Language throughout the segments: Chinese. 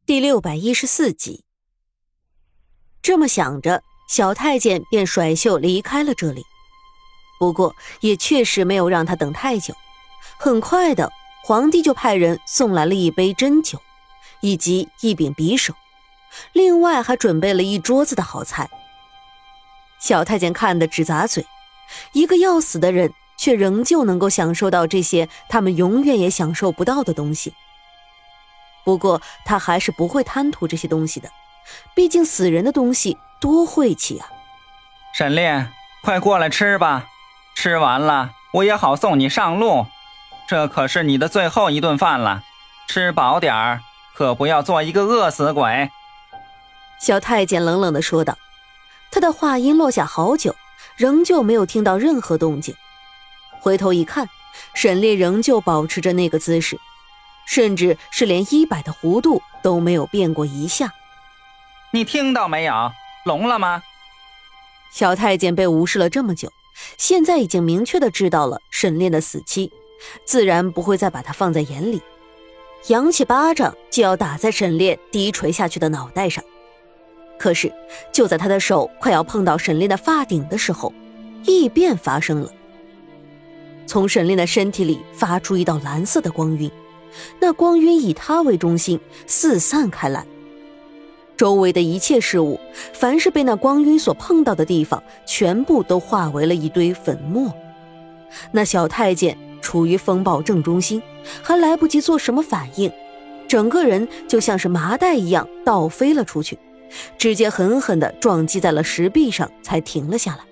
第614集。这么想着，小太监便甩袖离开了这里。不过也确实没有让他等太久，很快的，皇帝就派人送来了一杯真酒，以及一柄匕首，另外还准备了一桌子的好菜。小太监看得直咂嘴，一个要死的人却仍旧能够享受到这些他们永远也享受不到的东西。不过他还是不会贪图这些东西的，毕竟死人的东西多晦气啊。 沈炼，快过来吃吧，吃完了我也好送你上路，这可是你的最后一顿饭了，吃饱点儿，可不要做一个饿死鬼。 小太监冷冷地说道。他的话音落下好久，仍旧没有听到任何动静。回头一看，沈炼仍旧保持着那个姿势，甚至是连衣摆的弧度都没有变过一下。 你听到没有？聋了吗？ 小太监被无视了这么久，现在已经明确地知道了沈炼的死期，自然不会再把他放在眼里，扬起巴掌就要打在沈炼低垂下去的脑袋上。可是就在他的手快要碰到沈炼的发顶的时候，异变发生了。从沈炼的身体里发出一道蓝色的光晕，那光晕以他为中心四散开来，周围的一切事物，凡是被那光晕所碰到的地方，全部都化为了一堆粉末。那小太监处于风暴正中心，还来不及做什么反应，整个人就像是麻袋一样倒飞了出去，直接狠狠地撞击在了石壁上，才停了下来。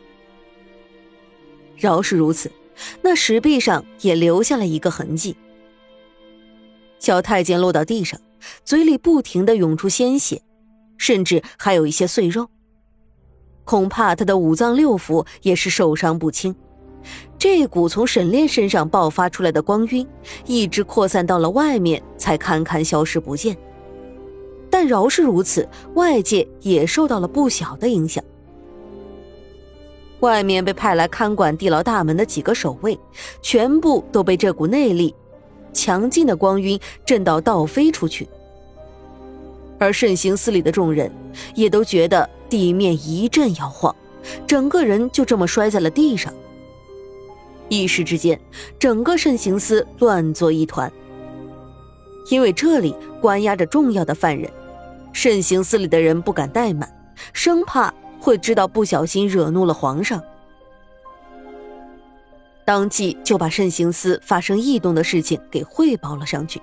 饶是如此，那石壁上也留下了一个痕迹。小太监落到地上，嘴里不停地涌出鲜血，甚至还有一些碎肉，恐怕他的五脏六腑也是受伤不轻。这股从沈炼身上爆发出来的光晕一直扩散到了外面，才堪堪消失不见。但饶是如此，外界也受到了不小的影响。外面被派来看管地牢大门的几个守卫，全部都被这股内力强劲的光晕震到倒飞出去。而慎刑司里的众人也都觉得地面一阵摇晃，整个人就这么摔在了地上。一时之间，整个慎刑司乱作一团。因为这里关押着重要的犯人，慎刑司里的人不敢怠慢，生怕会知道不小心惹怒了皇上，当即就把慎刑司发生异动的事情给汇报了上去。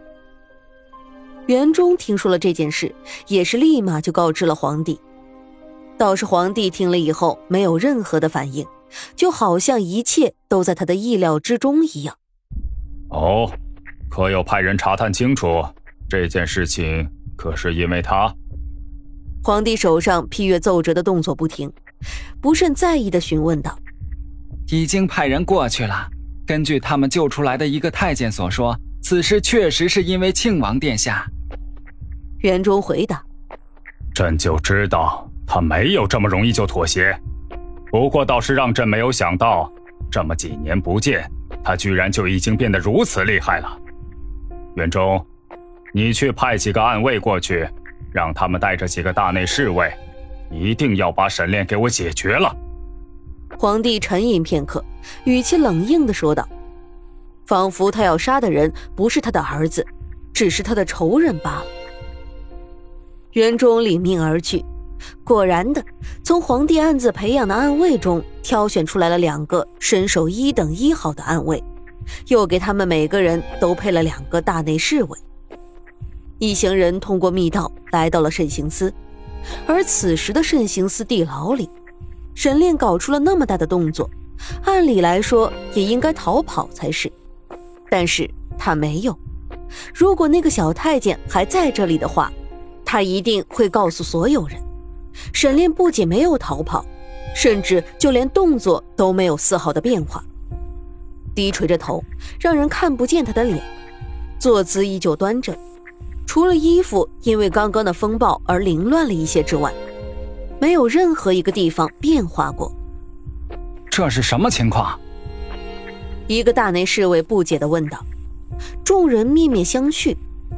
元忠听说了这件事，也是立马就告知了皇帝。倒是皇帝听了以后没有任何的反应，就好像一切都在他的意料之中一样。 哦，可有派人查探清楚这件事情可是因为他？ 皇帝手上批阅奏折的动作不停，不甚在意地询问道。 已经派人过去了，根据他们救出来的一个太监所说，此事确实是因为庆王殿下。 元忠回答。 朕就知道他没有这么容易就妥协，不过倒是让朕没有想到，这么几年不见，他居然就已经变得如此厉害了。元忠，你去派几个暗卫过去，让他们带着几个大内侍卫，一定要把沈炼给我解决了。 皇帝沉吟片刻，语气冷硬地说道，仿佛他要杀的人不是他的儿子，只是他的仇人罢了。元忠领命而去，果然的，从皇帝暗自培养的暗卫中挑选出来了2个身手1等1好的暗卫，又给他们每个人都配了2个大内侍卫。一行人通过密道来到了慎刑司，而此时的慎刑司地牢里，沈炼搞出了那么大的动作，按理来说也应该逃跑才是，但是他没有。如果那个小太监还在这里的话，他一定会告诉所有人，沈炼不仅没有逃跑，甚至就连动作都没有丝毫的变化，低垂着头，让人看不见他的脸，坐姿依旧端正，除了衣服因为刚刚的风暴而凌乱了一些之外，没有任何一个地方变化过。 这是什么情况？ 一个大内侍卫不解地问道。众人面面相觑，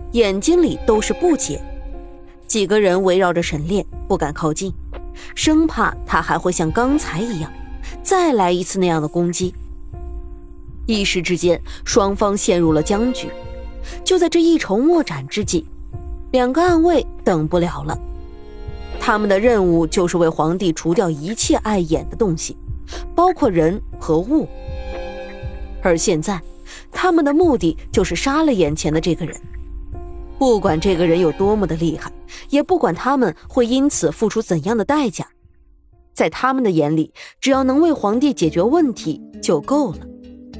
眼睛里都是不解。几个人围绕着沈炼不敢靠近，生怕他还会像刚才一样再来一次那样的攻击。一时之间，双方陷入了僵局。就在这一筹莫展之际，两个暗卫等不了了。他们的任务就是为皇帝除掉一切碍眼的东西，包括人和物。而现在，他们的目的就是杀了眼前的这个人。不管这个人有多么的厉害，也不管他们会因此付出怎样的代价，在他们的眼里，只要能为皇帝解决问题就够了。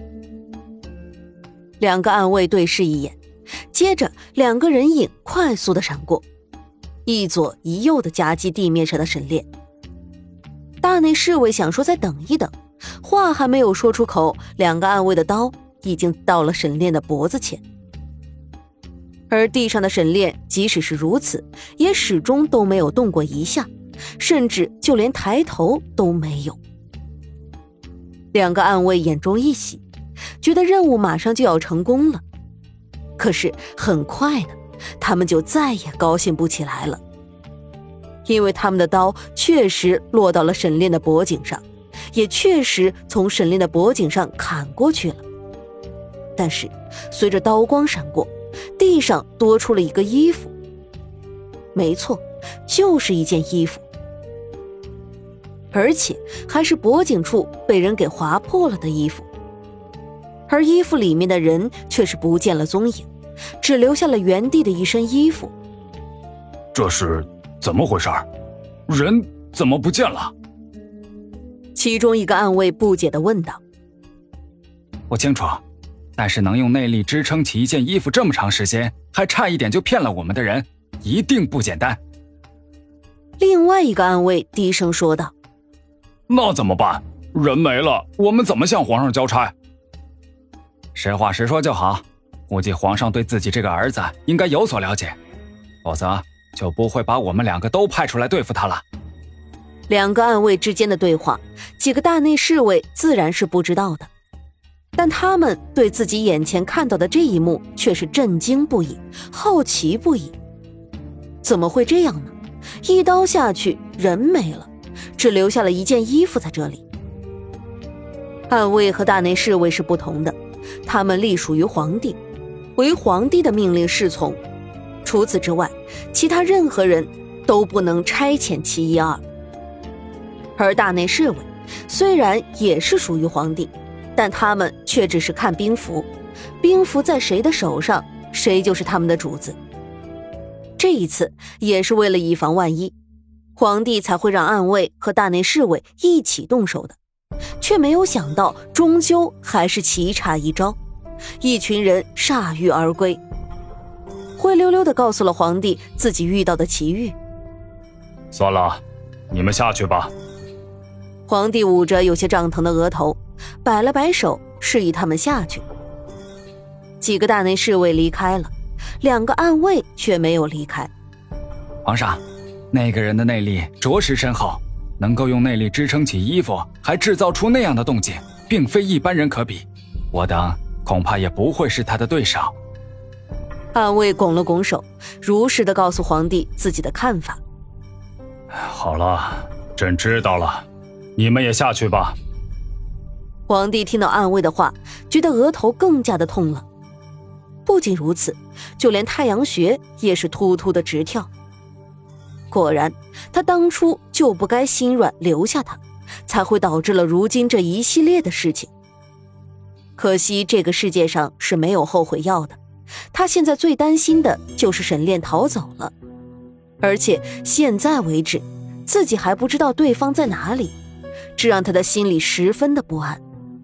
两个暗卫对视一眼，接着两个人影快速的闪过，一左一右的夹击地面上的沈炼。大内侍卫想说再等一等，话还没有说出口，两个暗卫的刀已经到了沈炼的脖子前。而地上的沈炼即使是如此，也始终都没有动过一下，甚至就连抬头都没有。两个暗卫眼中一喜，觉得任务马上就要成功了。可是很快的，他们就再也高兴不起来了，因为他们的刀确实落到了沈炼的脖颈上，也确实从沈炼的脖颈上砍过去了。但是随着刀光闪过，地上多出了一个衣服。没错，就是一件衣服，而且还是脖颈处被人给划破了的衣服。而衣服里面的人却是不见了踪影，只留下了原地的一身衣服。 这是怎么回事？人怎么不见了？ 其中一个暗卫不解地问道。 不清楚，但是能用内力支撑起一件衣服这么长时间，还差一点就骗了我们的人，一定不简单。 另外一个暗卫低声说道。 那怎么办？人没了，我们怎么向皇上交差？ 实话实说就好，估计皇上对自己这个儿子应该有所了解，否则就不会把我们两个都派出来对付他了。 两个暗卫之间的对话，几个大内侍卫自然是不知道的，但他们对自己眼前看到的这一幕却是震惊不已，好奇不已。怎么会这样呢？一刀下去，人没了，只留下了一件衣服在这里。暗卫和大内侍卫是不同的，他们隶属于皇帝，为皇帝的命令侍从，除此之外，其他任何人都不能差遣其一二。而大内侍卫虽然也是属于皇帝，但他们却只是看兵符，兵符在谁的手上，谁就是他们的主子。这一次也是为了以防万一，皇帝才会让暗卫和大内侍卫一起动手的，却没有想到终究还是棋差一招，一群人铩羽而归，灰溜溜地告诉了皇帝自己遇到的奇遇。 算了，你们下去吧。 皇帝捂着有些胀疼的额头，摆了摆手，示意他们下去。几个大内侍卫离开了，两个暗卫却没有离开。 皇上，那个人的内力着实深厚，能够用内力支撑起衣服，还制造出那样的动静，并非一般人可比。我等恐怕也不会是他的对手。 暗卫拱了拱手，如实地告诉皇帝自己的看法。 好了，朕知道了，你们也下去吧。 皇帝听到暗卫的话，觉得额头更加的痛了。不仅如此，就连太阳穴也是突突的直跳。果然，他当初就不该心软留下他，才会导致了如今这一系列的事情。可惜这个世界上是没有后悔药的，他现在最担心的就是沈炼逃走了，而且现在为止，自己还不知道对方在哪里，这让他的心里十分的不安。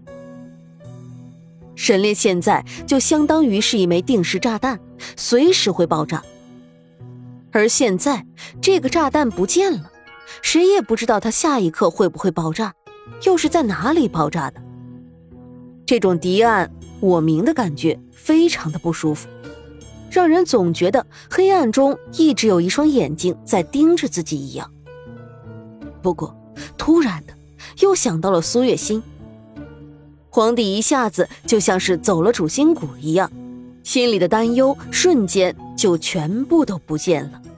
沈炼现在就相当于是一枚定时炸弹，随时会爆炸。而现在这个炸弹不见了，谁也不知道它下一刻会不会爆炸，又是在哪里爆炸的。这种敌暗我明的感觉非常的不舒服，让人总觉得黑暗中一直有一双眼睛在盯着自己一样。不过突然的又想到了苏月心，皇帝一下子就像是走了主心骨一样，心里的担忧瞬间就全部都不见了。